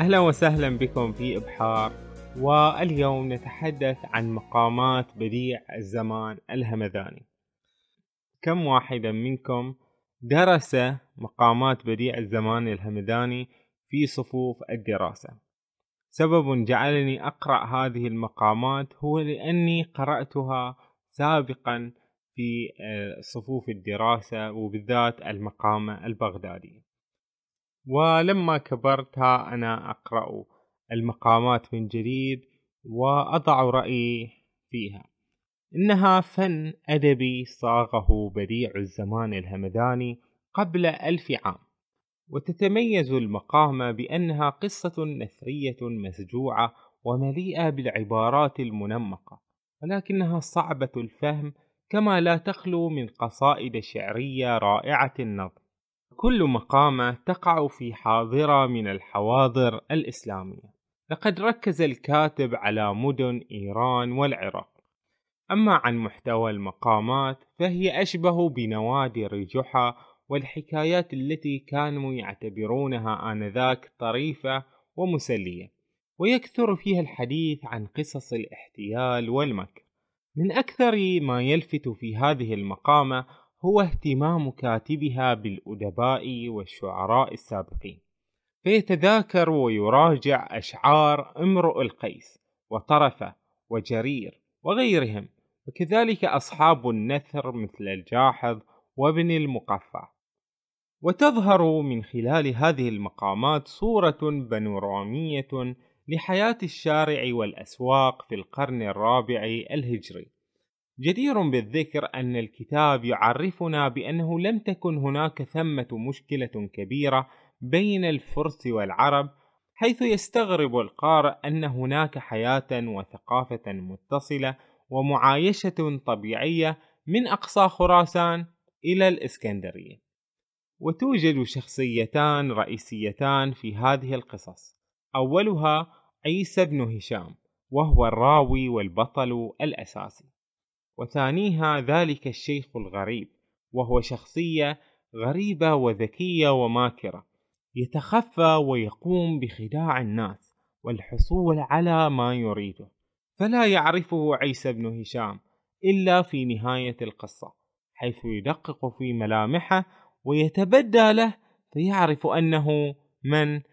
أهلا وسهلا بكم في إبحار. واليوم نتحدث عن مقامات بديع الزمان الهمداني. كم واحدا منكم درس مقامات بديع الزمان الهمداني في صفوف الدراسة؟ سبب جعلني أقرأ هذه المقامات هو لأني قرأتها سابقا في صفوف الدراسة، وبالذات المقامة البغدادية. ولما كبرتها أنا أقرأ المقامات من جديد وأضع رأيي فيها. إنها فن أدبي صاغه بديع الزمان الهمداني قبل 1000 عام، وتتميز المقامة بأنها قصة نثرية مسجوعة ومليئة بالعبارات المنمقة، ولكنها صعبة الفهم، كما لا تخلو من قصائد شعرية رائعة النظم. كل مقامة تقع في حاضرة من الحواضر الإسلامية. لقد ركز الكاتب على مدن إيران والعراق. أما عن محتوى المقامات فهي أشبه بنوادر جحا والحكايات التي كانوا يعتبرونها آنذاك طريفة ومسلية، ويكثر فيها الحديث عن قصص الاحتيال والمكر. من أكثر ما يلفت في هذه المقامة هو اهتمام كاتبها بالأدباء والشعراء السابقين، فيتذاكر ويراجع أشعار امرؤ القيس وطرفة وجرير وغيرهم، وكذلك أصحاب النثر مثل الجاحظ وابن المقفع. وتظهر من خلال هذه المقامات صورة بانورامية لحياة الشارع والأسواق في القرن الرابع الهجري. جدير بالذكر أن الكتاب يعرفنا بأنه لم تكن هناك ثمة مشكلة كبيرة بين الفرس والعرب، حيث يستغرب القارئ أن هناك حياة وثقافة متصلة ومعايشة طبيعية من أقصى خراسان إلى الإسكندرية. وتوجد شخصيتان رئيسيتان في هذه القصص، أولها عيسى بن هشام، وهو الراوي والبطل الأساسي، وثانيها ذلك الشيخ الغريب، وهو شخصية غريبة وذكية وماكرة، يتخفى ويقوم بخداع الناس والحصول على ما يريده، فلا يعرفه عيسى بن هشام إلا في نهاية القصة، حيث يدقق في ملامحه ويتبدى له، فيعرف أنه من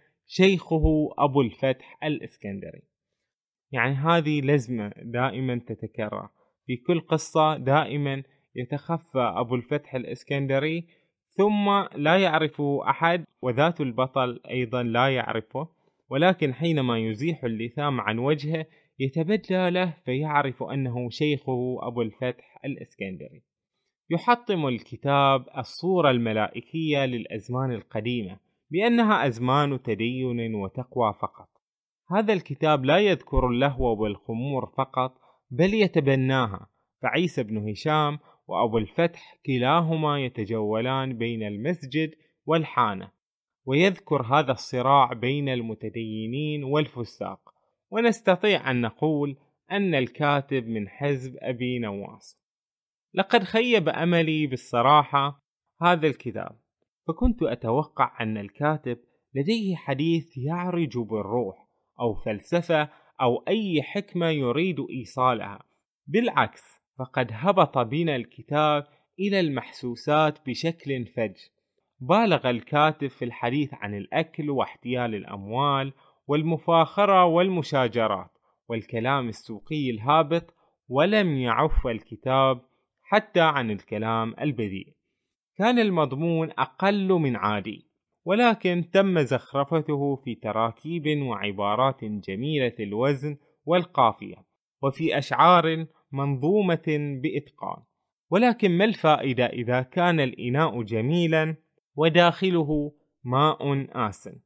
شيخه أبو الفتح الإسكندري. يعني هذه لزمة دائما تتكرر في كل قصة، دائما يتخفى أبو الفتح الإسكندري ثم لا يعرفه أحد، وذات البطل أيضا لا يعرفه، ولكن حينما يزيح اللثام عن وجهه يتبدى له فيعرف أنه شيخه أبو الفتح الإسكندري. يحطم الكتاب الصورة الملائكية للأزمان القديمة بأنها أزمان تدين وتقوى فقط. هذا الكتاب لا يذكر اللهو والخمور فقط، بل يتبناها، فعيسى بن هشام وأبو الفتح كلاهما يتجولان بين المسجد والحانة، ويذكر هذا الصراع بين المتدينين والفساق. ونستطيع أن نقول أن الكاتب من حزب أبي نواس. لقد خيب أملي بالصراحة هذا الكتاب، فكنت أتوقع أن الكاتب لديه حديث يعرج بالروح أو فلسفة أو أي حكمة يريد إيصالها. بالعكس، فقد هبط بنا الكتاب إلى المحسوسات بشكل فج. بالغ الكاتب في الحديث عن الأكل واحتيال الأموال والمفاخرة والمشاجرات والكلام السوقي الهابط، ولم يعف الكتاب حتى عن الكلام البذيء. كان المضمون أقل من عادي، ولكن تم زخرفته في تراكيب وعبارات جميلة الوزن والقافية، وفي أشعار منظومة بإتقان. ولكن ما الفائدة إذا كان الإناء جميلا وداخله ماء آسن؟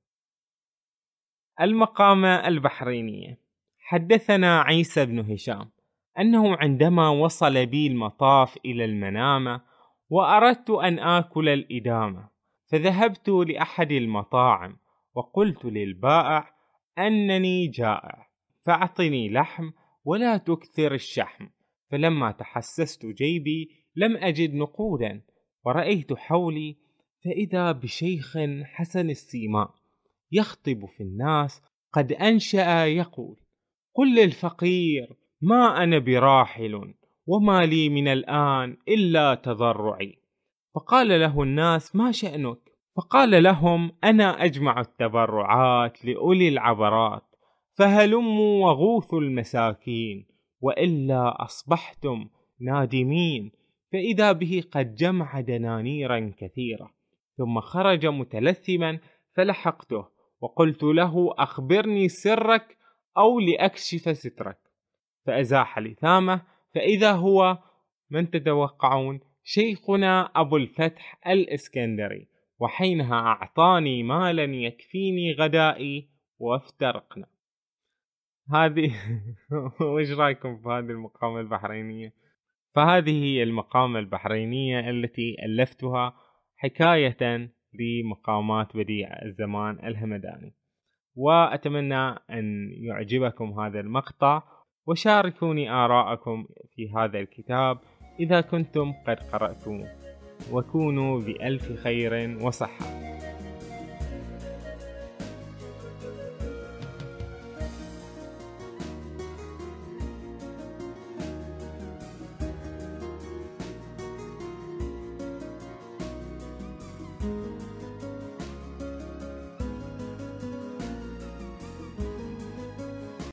المقامة البحرينية. حدثنا عيسى بن هشام أنه عندما وصل بي المطاف إلى المنامة وأردت أن آكل الإدامة، فذهبت لأحد المطاعم وقلت للبائع أنني جائع، فأعطني لحم ولا تكثر الشحم. فلما تحسست جيبي لم أجد نقودا، ورأيت حولي فإذا بشيخ حسن السيماء يخطب في الناس قد أنشأ يقول: قل للفقير ما أنا براحل، وما لي من الآن إلا تضرعي. فقال له الناس: ما شأنك؟ فقال لهم: أنا أجمع التبرعات لأولي العبرات، فهلموا وغوثوا المساكين، وإلا أصبحتم نادمين. فإذا به قد جمع دنانيرا كثيرة، ثم خرج متلثما، فلحقته وقلت له: أخبرني سرك أو لأكشف سترك. فأزاح لثامه، فإذا هو من تتوقعون؟ شيخنا أبو الفتح الإسكندري، وحينها أعطاني مالا يكفيني غدائي، وافترقنا. هذه وش رأيكم في هذه المقامة البحرينية؟ فهذه هي المقامة البحرينية التي ألفتها حكاية لمقامات بديع الزمان الهمداني، وأتمنى أن يعجبكم هذا المقطع، وشاركوني آراءكم في هذا الكتاب إذا كنتم قد قرأتموه، وكونوا بألف خير وصحة.